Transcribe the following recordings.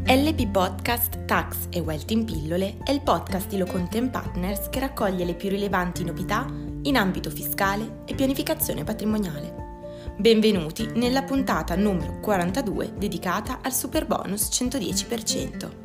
LP Podcast Tax e Wealth in pillole è il podcast di Loconte Partners che raccoglie le più rilevanti novità in ambito fiscale e pianificazione patrimoniale. Benvenuti nella puntata numero 42 dedicata al Superbonus 110%.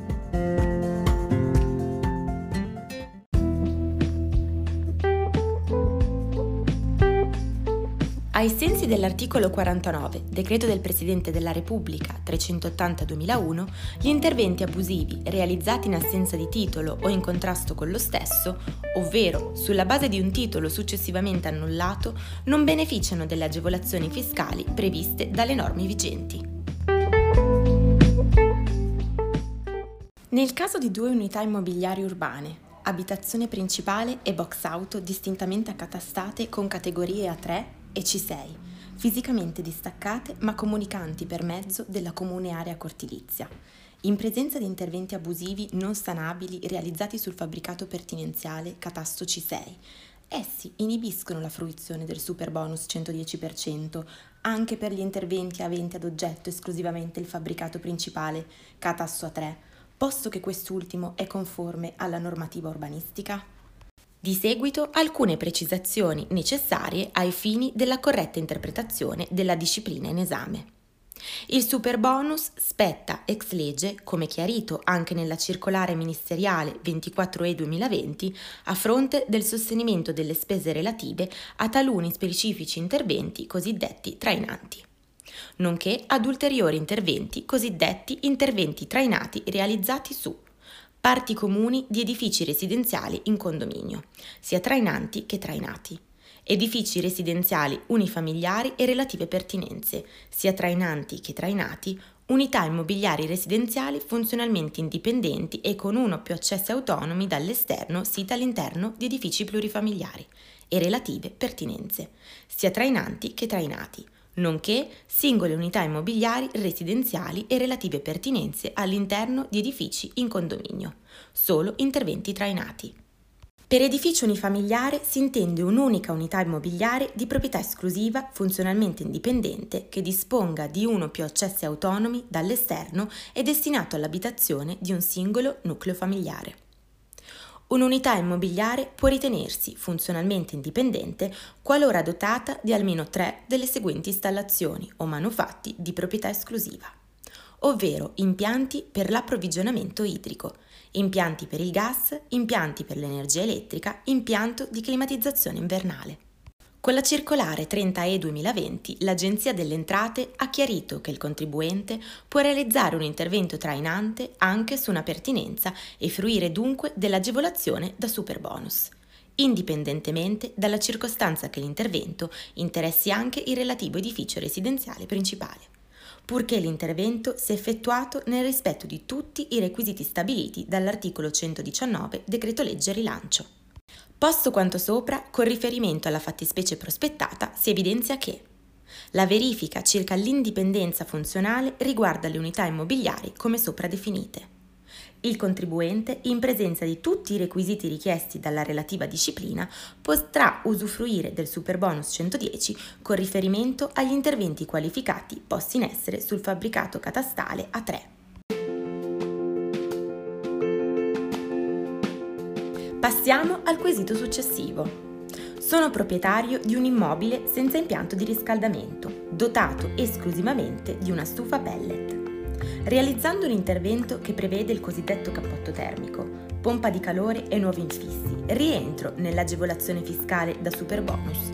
Ai sensi dell'articolo 49, decreto del Presidente della Repubblica 380/2001, gli interventi abusivi realizzati in assenza di titolo o in contrasto con lo stesso, ovvero sulla base di un titolo successivamente annullato, non beneficiano delle agevolazioni fiscali previste dalle norme vigenti. Nel caso di due unità immobiliari urbane, abitazione principale e box auto distintamente accatastate con categorie A3 e C6, fisicamente distaccate ma comunicanti per mezzo della comune area cortilizia, in presenza di interventi abusivi non sanabili realizzati sul fabbricato pertinenziale catasto C6, essi inibiscono la fruizione del Superbonus 110% anche per gli interventi aventi ad oggetto esclusivamente il fabbricato principale catasto A3, posto che quest'ultimo è conforme alla normativa urbanistica. Di seguito alcune precisazioni necessarie ai fini della corretta interpretazione della disciplina in esame. Il Superbonus spetta ex legge, come chiarito anche nella circolare ministeriale 24/2020, a fronte del sostenimento delle spese relative a taluni specifici interventi cosiddetti trainanti, nonché ad ulteriori interventi cosiddetti interventi trainati realizzati su parti comuni di edifici residenziali in condominio, sia trainanti che trainati, edifici residenziali unifamiliari e relative pertinenze, sia trainanti che trainati, unità immobiliari residenziali funzionalmente indipendenti e con uno o più accessi autonomi dall'esterno siti all'interno di edifici plurifamiliari e relative pertinenze, sia trainanti che trainati, nonché singole unità immobiliari residenziali e relative pertinenze all'interno di edifici in condominio, solo interventi trainati. Per edificio unifamiliare si intende un'unica unità immobiliare di proprietà esclusiva funzionalmente indipendente che disponga di uno o più accessi autonomi dall'esterno e destinato all'abitazione di un singolo nucleo familiare. Un'unità immobiliare può ritenersi funzionalmente indipendente qualora dotata di almeno 3 delle seguenti installazioni o manufatti di proprietà esclusiva, ovvero impianti per l'approvvigionamento idrico, impianti per il gas, impianti per l'energia elettrica, impianto di climatizzazione invernale. Con la circolare 30/2020 l'Agenzia delle Entrate ha chiarito che il contribuente può realizzare un intervento trainante anche su una pertinenza e fruire dunque dell'agevolazione da Superbonus, indipendentemente dalla circostanza che l'intervento interessi anche il relativo edificio residenziale principale, purché l'intervento sia effettuato nel rispetto di tutti i requisiti stabiliti dall'articolo 119 Decreto Legge Rilancio. Posto quanto sopra, con riferimento alla fattispecie prospettata, si evidenzia che la verifica circa l'indipendenza funzionale riguarda le unità immobiliari come sopra definite. Il contribuente, in presenza di tutti i requisiti richiesti dalla relativa disciplina, potrà usufruire del Superbonus 110 con riferimento agli interventi qualificati posti in essere sul fabbricato catastale A3. Passiamo al quesito successivo. Sono proprietario di un immobile senza impianto di riscaldamento, dotato esclusivamente di una stufa pellet. Realizzando un intervento che prevede il cosiddetto cappotto termico, pompa di calore e nuovi infissi, rientro nell'agevolazione fiscale da Superbonus.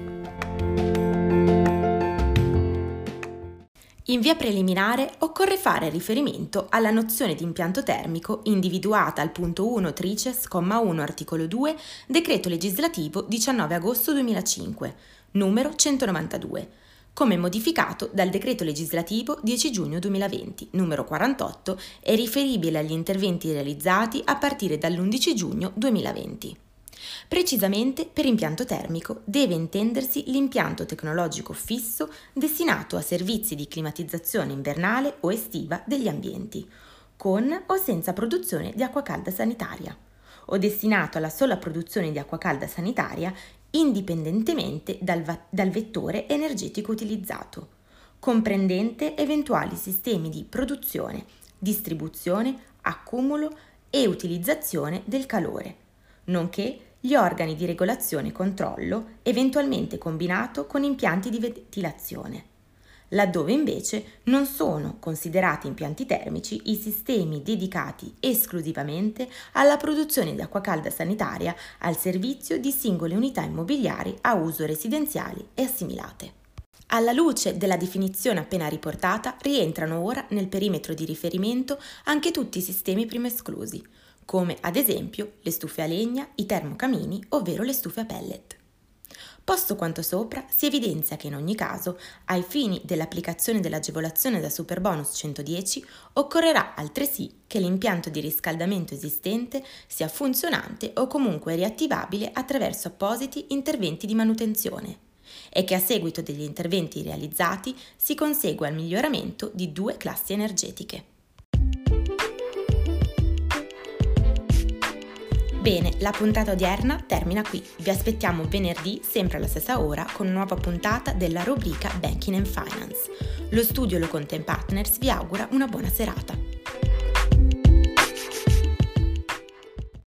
In via preliminare occorre fare riferimento alla nozione di impianto termico individuata al punto 1 trices, comma 1 articolo 2, decreto legislativo 19 agosto 2005, numero 192, come modificato dal decreto legislativo 10 giugno 2020, numero 48, e riferibile agli interventi realizzati a partire dall'11 giugno 2020. Precisamente per impianto termico deve intendersi l'impianto tecnologico fisso destinato a servizi di climatizzazione invernale o estiva degli ambienti, con o senza produzione di acqua calda sanitaria, o destinato alla sola produzione di acqua calda sanitaria indipendentemente dal vettore energetico utilizzato, comprendente eventuali sistemi di produzione, distribuzione, accumulo e utilizzazione del calore, nonché gli organi di regolazione e controllo, eventualmente combinato con impianti di ventilazione, laddove invece non sono considerati impianti termici i sistemi dedicati esclusivamente alla produzione di acqua calda sanitaria al servizio di singole unità immobiliari a uso residenziali e assimilate. Alla luce della definizione appena riportata, rientrano ora nel perimetro di riferimento anche tutti i sistemi prima esclusi, come ad esempio le stufe a legna, i termocamini, ovvero le stufe a pellet. Posto quanto sopra, si evidenzia che in ogni caso, ai fini dell'applicazione dell'agevolazione da Superbonus 110, occorrerà altresì che l'impianto di riscaldamento esistente sia funzionante o comunque riattivabile attraverso appositi interventi di manutenzione e che a seguito degli interventi realizzati si consegua il miglioramento di 2 classi energetiche. Bene, la puntata odierna termina qui. Vi aspettiamo venerdì, sempre alla stessa ora, con una nuova puntata della rubrica Banking & Finance. Lo studio Loconte & Partners vi augura una buona serata.